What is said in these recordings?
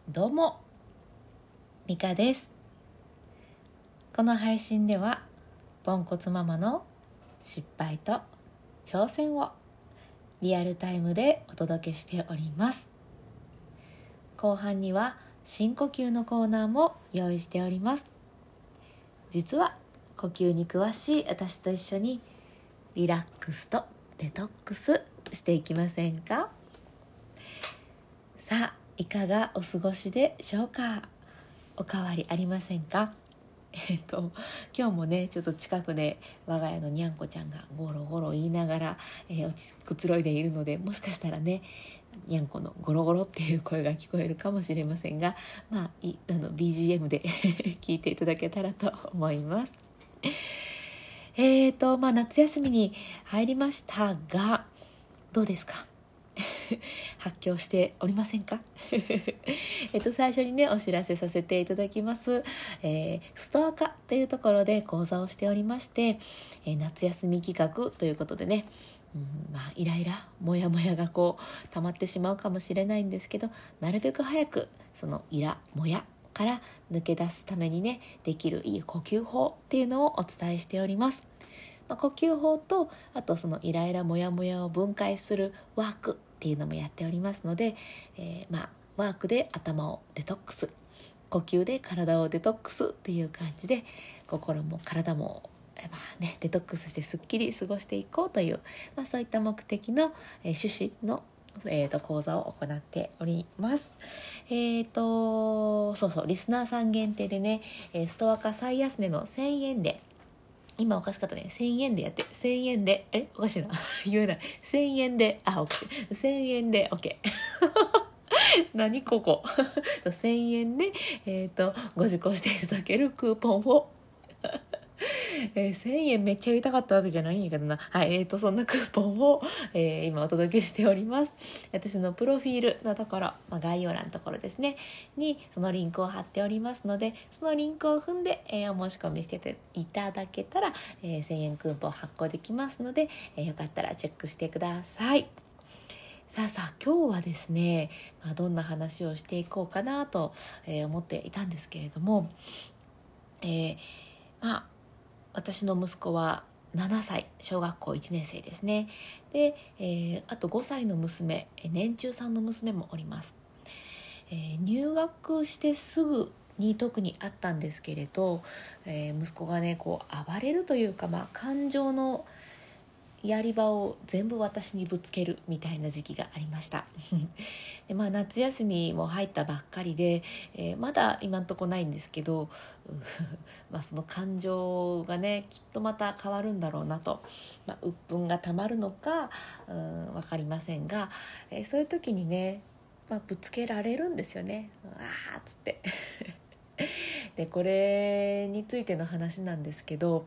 どうも、ミカです。この配信ではポンコツママの失敗と挑戦をリアルタイムでお届けしております。後半には深呼吸のコーナーも用意しております。実は呼吸に詳しい私と一緒にリラックスとデトックスしていきませんか？さあ、いかがお過ごしでしょうか？お変わりありませんか？今日もねちょっと近くで我が家のにゃんこちゃんがゴロゴロ言いながら、くつろいでいるので、もしかしたらねにゃんこのゴロゴロっていう声が聞こえるかもしれませんが、BGM で聞いていただけたらと思います。夏休みに入りましたが、どうですか？発狂しておりませんか？最初にねお知らせさせていただきます。ストア化というところで講座をしておりまして、夏休み企画ということでね、イライラモヤモヤが溜まってしまうかもしれないんですけど、なるべく早くそのイラモヤから抜け出すためにねできるいい呼吸法っていうのをお伝えしております。呼吸法と、あとそのイライラモヤモヤを分解するワークっていうのもやっておりますので、ワークで頭をデトックス、呼吸で体をデトックスっていう感じで、心も体もデトックスしてすっきり過ごしていこうという、そういった目的の、趣旨の講座を行っております。リスナーさん限定でね、ストア化最安値の1000円で、今おかしかったね。1000円でやって、1000円で、おかしいな。言えない。1000円で、OK。1000円で、OK。何ここ。1000円で、ご受講していただけるクーポンを、1000円めっちゃ言いたかったわけじゃないんやけどな。そんなクーポンを、今お届けしております。私のプロフィールのところ、概要欄のところですねにそのリンクを貼っておりますので、そのリンクを踏んで、お申し込みしていただけたら、1000円クーポン発行できますので、よかったらチェックしてください。さあ今日はですね、どんな話をしていこうかなと、思っていたんですけれども、私の息子は7歳、小学校1年生ですね。で、あと5歳の娘、年中さんの娘もおります。入学してすぐに特にあったんですけれど、息子がね暴れるというか、感情のやり場を全部私にぶつけるみたいな時期がありましたで、夏休みも入ったばっかりで、まだ今んとこないんですけどその感情がねきっとまた変わるんだろうなと、鬱憤がたまるのか分かりませんが、そういう時にね、ぶつけられるんですよね。っつってでこれについての話なんですけど、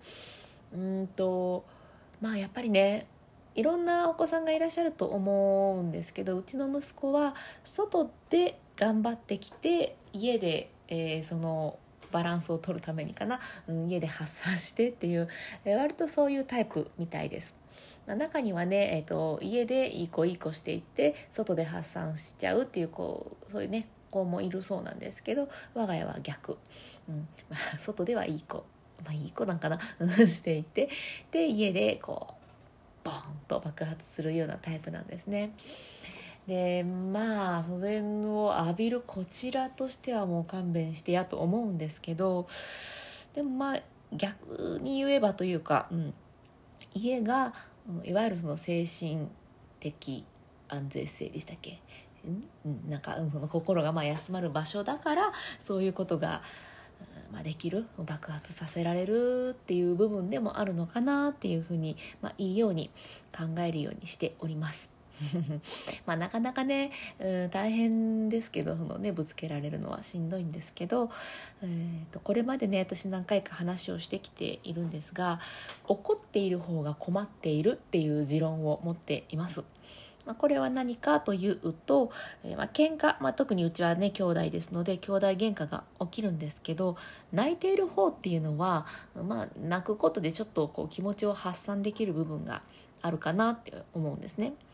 やっぱりねいろんなお子さんがいらっしゃると思うんですけど、うちの息子は外で頑張ってきて家で、そのバランスを取るためにかな、家で発散してっていう、割とそういうタイプみたいです。中にはね、家でいい子していって外で発散しちゃうっていうそういうね子もいるそうなんですけど、我が家は逆、外ではいい子、いい子なんかなしていて、で家でボーンと爆発するようなタイプなんですね。でそれを浴びるこちらとしてはもう勘弁してやと思うんですけど、でも逆に言えばというか、家がいわゆるその精神的安全性でしたっけ、その心が休まる場所だからそういうことができる、爆発させられるっていう部分でもあるのかなっていうふうに、いいように考えるようにしておりますなかなかね、大変ですけど、ぶつけられるのはしんどいんですけど、これまでね私何回か話をしてきているんですが、怒っている方が困っているっていう持論を持っています。これは何かというと、喧嘩、特にうちはね兄弟ですので兄弟喧嘩が起きるんですけど、泣いている方っていうのは、泣くことでちょっと気持ちを発散できる部分があるかなって思うんですね。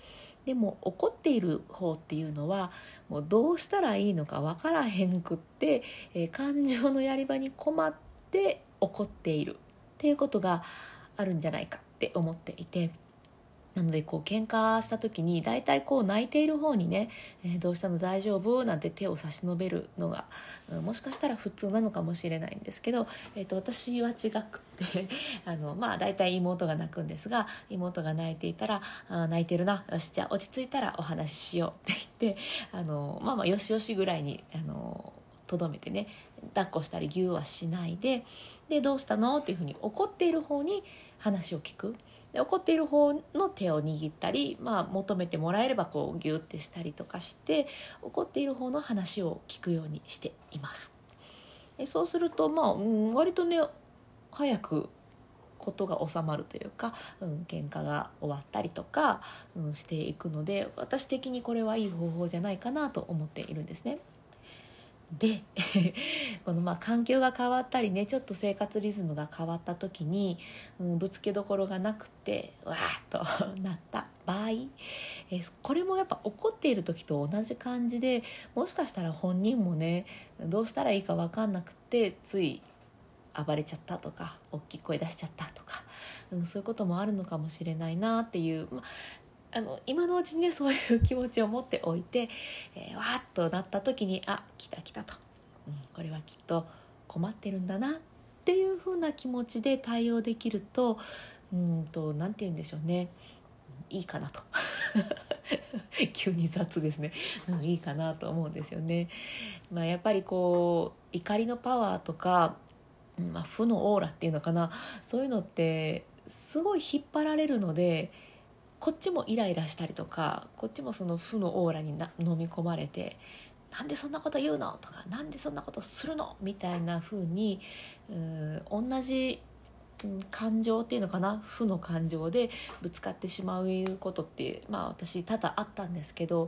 でも怒っている方っていうのはもうどうしたらいいのか分からへんくって、感情のやり場に困って怒っているっていうことがあるんじゃないかって思っていて、なので喧嘩した時にだいたい泣いている方にね、どうしたの大丈夫なんて手を差し伸べるのが、もしかしたら普通なのかもしれないんですけど、私は違くってだいたい妹が泣くんですが、妹が泣いていたら泣いてるな、よしじゃあ落ち着いたらお話ししようって言ってよしよしぐらいにとどめてね、抱っこしたりギューはしないで、どうしたのっていうふうに怒っている方に話を聞く。で怒っている方の手を握ったり、求めてもらえればギュッてしたりとかして、怒っている方の話を聞くようにしています。そうすると割とね早くことが収まるというか、喧嘩が終わったりとか、していくので、私的にこれはいい方法じゃないかなと思っているんですね。でこの環境が変わったりね、ちょっと生活リズムが変わった時に、ぶつけどころがなくてわーっとなった場合、これもやっぱ怒っている時と同じ感じで、もしかしたら本人もねどうしたらいいか分かんなくてつい暴れちゃったとか大きい声出しちゃったとか、そういうこともあるのかもしれないなっていう、今のうちにねそういう気持ちを持っておいて、わーっとなった時に来た来たと、これはきっと困ってるんだなっていう風な気持ちで対応できると、なんて言うんでしょうね、いいかなと急に雑ですね、いいかなと思うんですよね。やっぱり怒りのパワーとか、負のオーラっていうのかな、そういうのってすごい引っ張られるので、こっちもイライラしたりとか、こっちもその負のオーラに飲み込まれて、なんでそんなこと言うのとか、なんでそんなことするのみたいな風に同じ感情っていうのかな、負の感情でぶつかってしまうことって私多々あったんですけど、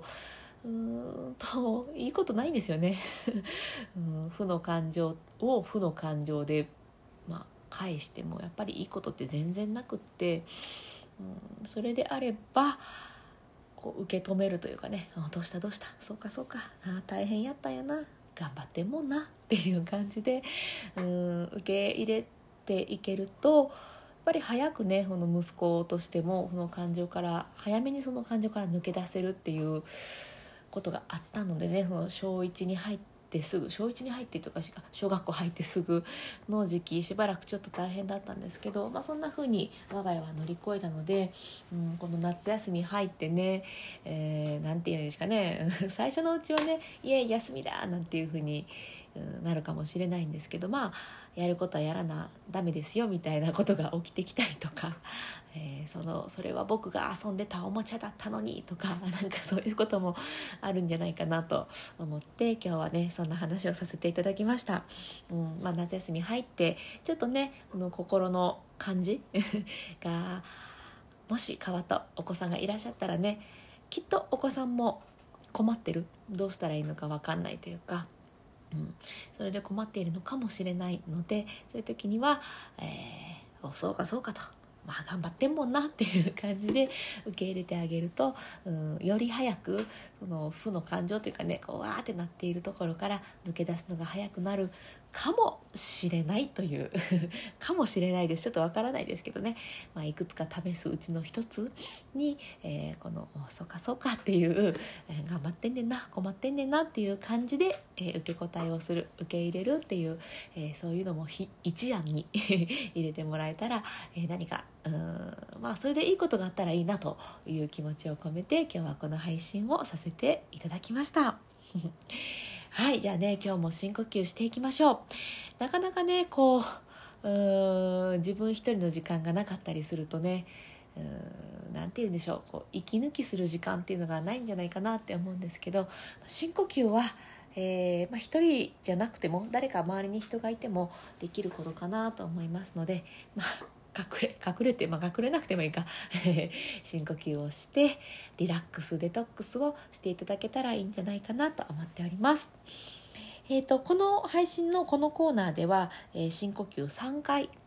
いいことないんですよね負の感情を負の感情で返してもやっぱりいいことって全然なくって、それであれば受け止めるというかね、どうしたどうした、そうかそうか、大変やったんやな、頑張ってんもんなっていう感じで受け入れていけると、やっぱり早くねこの息子としても早めにその感情から抜け出せるっていうことがあったのでね、その小1に入ってとか小学校入ってすぐの時期、しばらくちょっと大変だったんですけど、そんな風に我が家は乗り越えたので、この夏休み入ってね、なんていうんですかね最初のうちはねイエイ休みだなんていう風になるかもしれないんですけど、やることはやらなダメですよみたいなことが起きてきたりとか、それは僕が遊んでたおもちゃだったのにとか、なんかそういうこともあるんじゃないかなと思って、今日はねそんな話をさせていただきました。夏休み入ってちょっとねこの心の感じがもし変わったお子さんがいらっしゃったらね、きっとお子さんも困ってる、どうしたらいいのか分かんないというか、それで困っているのかもしれないので、そういう時には、そうかそうかと、頑張ってんもんなっていう感じで受け入れてあげると、より早くその負の感情というかね、わーってなっているところから抜け出すのが早くなるかもしれないというかもしれないです、ちょっとわからないですけどね、いくつか試すうちの一つに、このそうかそうかっていう、頑張ってんねんな、困ってんねんなっていう感じで、受け答えをする、受け入れるっていう、そういうのも一案に入れてもらえたら、何かそれでいいことがあったらいいなという気持ちを込めて今日はこの配信をさせていただきましたはい、じゃあね今日も深呼吸していきましょう。なかなかね自分一人の時間がなかったりするとね、なんて言うんでしょう、息抜きする時間っていうのがないんじゃないかなって思うんですけど、深呼吸は一人じゃなくても誰か周りに人がいてもできることかなと思いますので、隠れて、隠れなくてもいいか深呼吸をしてリラックスデトックスをしていただけたらいいんじゃないかなと思っております。この配信のこのコーナーでは、深呼吸3回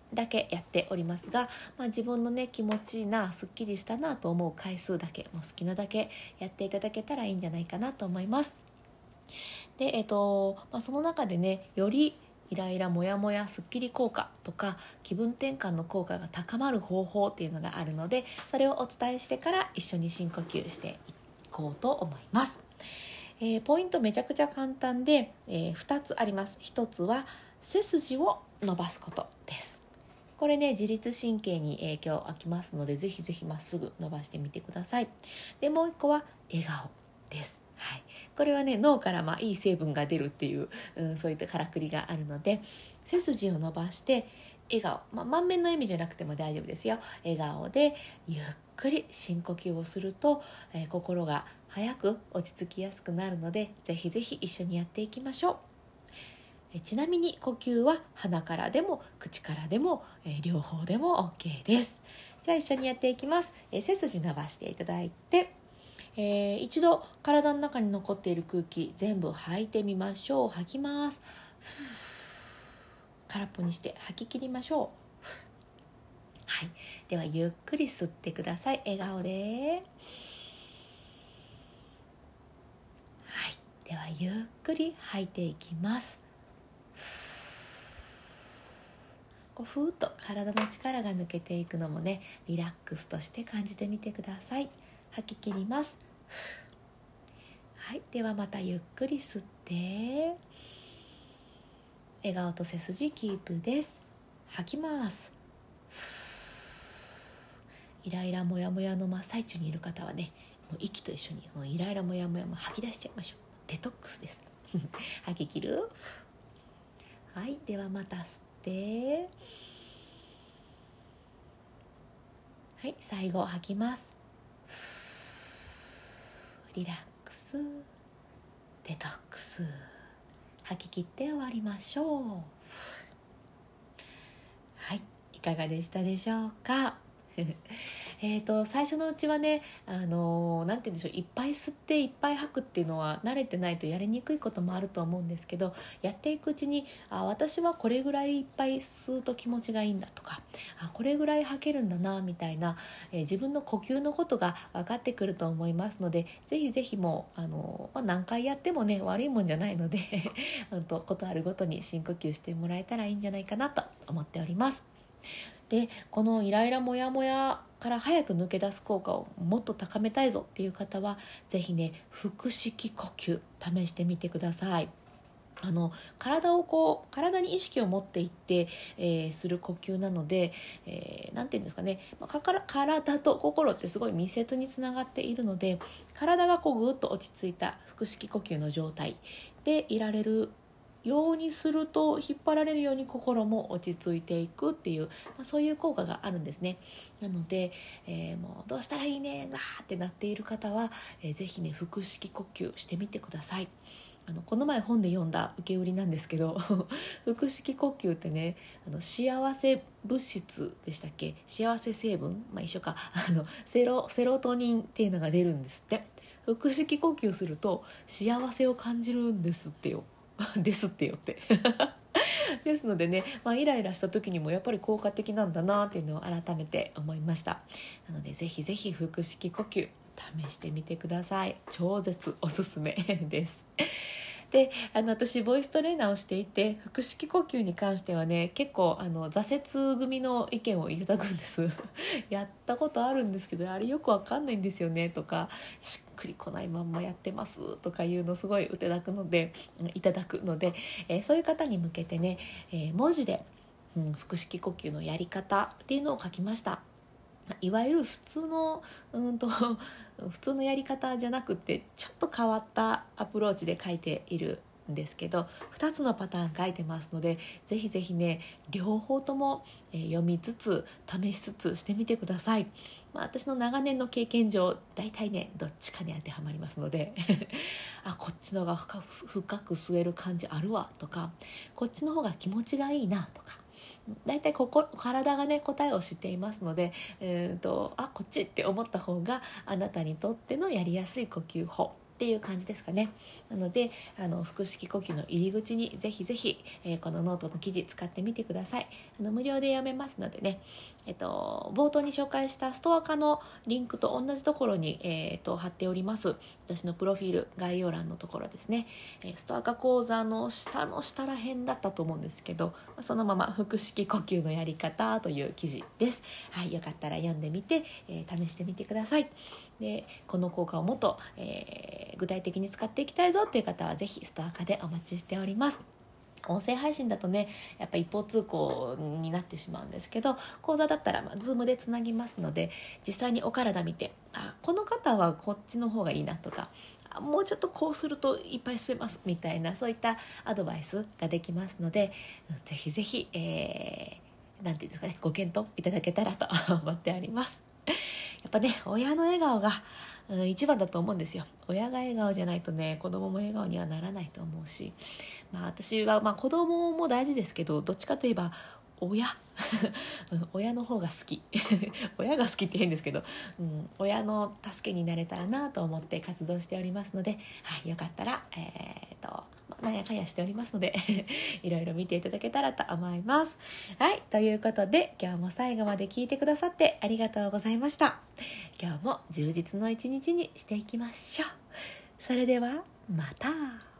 だけやっておりますが、自分のね気持ちいいな、すっきりしたなと思う回数だけ、もう好きなだけやっていただけたらいいんじゃないかなと思います。で、その中でね、よりイライラモヤモヤすっきり効果とか気分転換の効果が高まる方法っていうのがあるので、それをお伝えしてから一緒に深呼吸していこうと思います。ポイントめちゃくちゃ簡単で、2つあります。1つは背筋を伸ばすことです。これね、自律神経に影響あきますので、ぜひぜひまっすぐ伸ばしてみてください。で、もう1個は笑顔です。はい、これはね、脳からいい成分が出るっていう、そういったからくりがあるので、背筋を伸ばして笑顔、満面の笑みじゃなくても大丈夫ですよ。笑顔でゆっくり深呼吸をすると、心が早く落ち着きやすくなるので、ぜひぜひ一緒にやっていきましょう。ちなみに呼吸は鼻からでも口からでも、両方でも OK です。じゃあ一緒にやっていきます。背筋伸ばしていただいて、一度体の中に残っている空気全部吐いてみましょう。吐きます。空っぽにして吐き切りましょう。はい、ではゆっくり吸ってください。笑顔で。はい、ではゆっくり吐いていきます。ふーっと体の力が抜けていくのもね、リラックスとして感じてみてください。吐き切ります。はい、ではまたゆっくり吸って、笑顔と背筋キープです。吐きます。イライラモヤモヤの真っ最中にいる方はね、もう息と一緒にもうイライラモヤモヤも吐き出しちゃいましょう。デトックスです吐き切る。はい、ではまた吸って、はい、最後吐きます。リラックス、デトックス、吐き切って終わりましょう。はい、いかがでしたでしょうか最初のうちはね、なんて言うんでしょう、いっぱい吸っていっぱい吐くっていうのは慣れてないとやりにくいこともあると思うんですけど、やっていくうちに私はこれぐらいいっぱい吸うと気持ちがいいんだとか、これぐらい吐けるんだなみたいな、自分の呼吸のことが分かってくると思いますので、ぜひぜひもう何回やってもね悪いもんじゃないのでことあるごとに深呼吸してもらえたらいいんじゃないかなと思っております。で、このイライラモヤモヤから早く抜け出す効果をもっと高めたいぞっていう方は、ぜひね腹式呼吸試してみてください。体に意識を持っていって、する呼吸なので、なんていうんですかね、体と心ってすごい密接につながっているので、体がぐっと落ち着いた腹式呼吸の状態でいられるようにすると、引っ張られるように心も落ち着いていくっていう、そういう効果があるんですね。なので、もうどうしたらいいねわーってなっている方は、ぜひね腹式呼吸してみてください。この前本で読んだ受け売りなんですけど腹式呼吸ってね、幸せ物質でしたっけ、幸せ成分、一緒か、セロトニンっていうのが出るんですって。腹式呼吸すると幸せを感じるんですってよですってよってですのでね、イライラした時にもやっぱり効果的なんだなっていうのを改めて思いました。なのでぜひぜひ腹式呼吸試してみてください。超絶おすすめですで、私ボイストレーナーをしていて、腹式呼吸に関してはね結構挫折組の意見をいただくんですやったことあるんですけどあれよくわかんないんですよねとか、しっくりこないまんまやってますとかいうのすごいいただくので、そういう方に向けてね、文字で、腹式呼吸のやり方っていうのを書きました。いわゆる普通の普通のやり方じゃなくて、ちょっと変わったアプローチで書いているんですけど、2つのパターン書いてますので、ぜひぜひね両方とも読みつつ試しつつしてみてください。私の長年の経験上大体ねどっちかに当てはまりますのでこっちの方が深く吸える感じあるわとか、こっちの方が気持ちがいいなとか、だいたい体がね答えを知っていますので、こっちって思った方があなたにとってのやりやすい呼吸法っていう感じですかね。なので腹式呼吸の入り口にぜひぜひ、このノートの記事使ってみてください。無料で読めますのでね、冒頭に紹介したストア化のリンクと同じところに、貼っております。私のプロフィール概要欄のところですね、ストア化講座の下の下ら辺だったと思うんですけど、そのまま腹式呼吸のやり方という記事です。はい、よかったら読んでみて、試してみてください。でこの効果をもっと、具体的に使っていきたいぞという方はぜひストア化でお待ちしております。音声配信だとねやっぱ一方通行になってしまうんですけど、講座だったらZoom でつなぎますので、実際にお体見て、この方はこっちの方がいいなとか、もうちょっとこうするといっぱい吸えますみたいな、そういったアドバイスができますので、ぜひぜひ、なんていうんですかね、ご検討いただけたらと思っております。やっぱね、親の笑顔が一番だと思うんですよ。親が笑顔じゃないとね、子供も笑顔にはならないと思うし、私は子供も大事ですけど、どっちかといえば親の方が好き親が好きって変ですけど、親の助けになれたらなと思って活動しておりますので、はい、よかったらなんやかんやしておりますのでいろいろ見ていただけたらと思います。はい、ということで今日も最後まで聞いてくださってありがとうございました。今日も充実の一日にしていきましょう。それではまた。